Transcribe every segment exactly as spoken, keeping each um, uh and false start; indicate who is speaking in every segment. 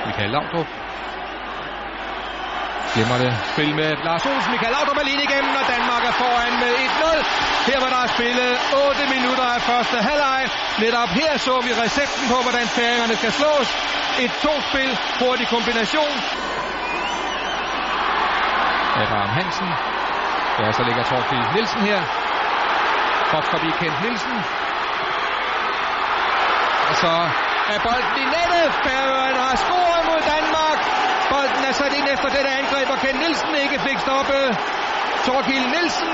Speaker 1: Michael Laudrup. Glemmer det. Spil med Lars Olsen. Michael Laudrup alene igennem, og Danmark er foran med et nul. Her var der spillet otte minutter af første halvleg. Netop her så vi recepten på, hvordan færingerne skal slås. Et to-spil, hurtig kombination. Abraham Hansen. Ja, så ligger Thorkild Nielsen her. Boks forbi Kent Nielsen. Og så er bolden i nettet. Færøerne har scoret mod Danmark. Bolden er sat ind efter dette angreb, og Kent Nielsen ikke fik stoppet Thorkild Nielsen.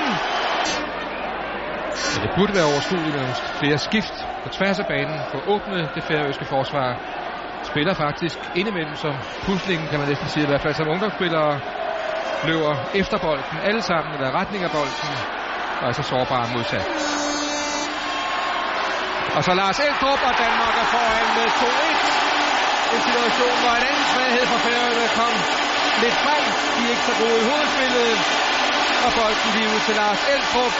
Speaker 1: Ja, det burde være overskueligt med flere skift på tværs af banen for at åbne det færøske forsvar. Spiller faktisk indimellem som puslingen, kan man næsten sige, i hvert fald som ungdomsspillere. Løber efter bolden, alle sammen, eller retning af bolden, og er så sårbare modsat. Og så Lars Eldrup, og Danmark er foran med to et. En situation, hvor en anden svaghed fra Færøerne kom lidt frem. De er ikke så gode i hovedspillet, og bolden lige ud til Lars Eldrup.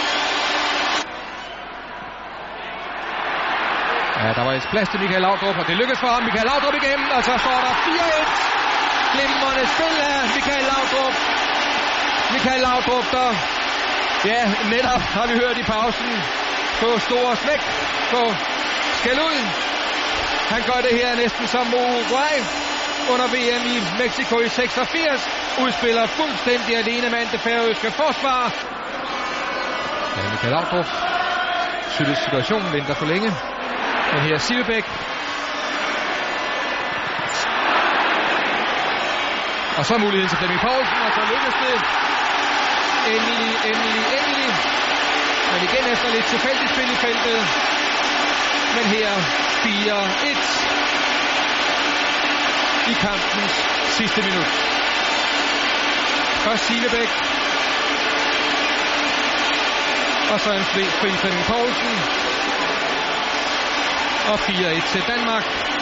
Speaker 1: Ja, der var et plads til Michael Laudrup, og det lykkedes for ham. Michael Laudrup igennem, og så står der fire et. Glimrende spil af Michael Laudrup. Michael Laudrup, der ja, netop har vi hørt i pausen på store smæk på skæld ud. Han gør det her næsten som Uruguay under V M i Mexico i seksogfirs. Udspiller fuldstændig alene mand det færøske forsvar. Ja, Michael Laudrup synes situationen venter for længe. Men her er Sivebæk. Og så muligheden til Flemming Poulsen, og så lykkes det. Endelig, endelig, endelig. Men igen efter lidt tilfældigt spil i feltet. Men her fire et i kampens sidste minut. Først Sivebæk. Og så en fri Flemming Poulsen. Og fire et til Danmark.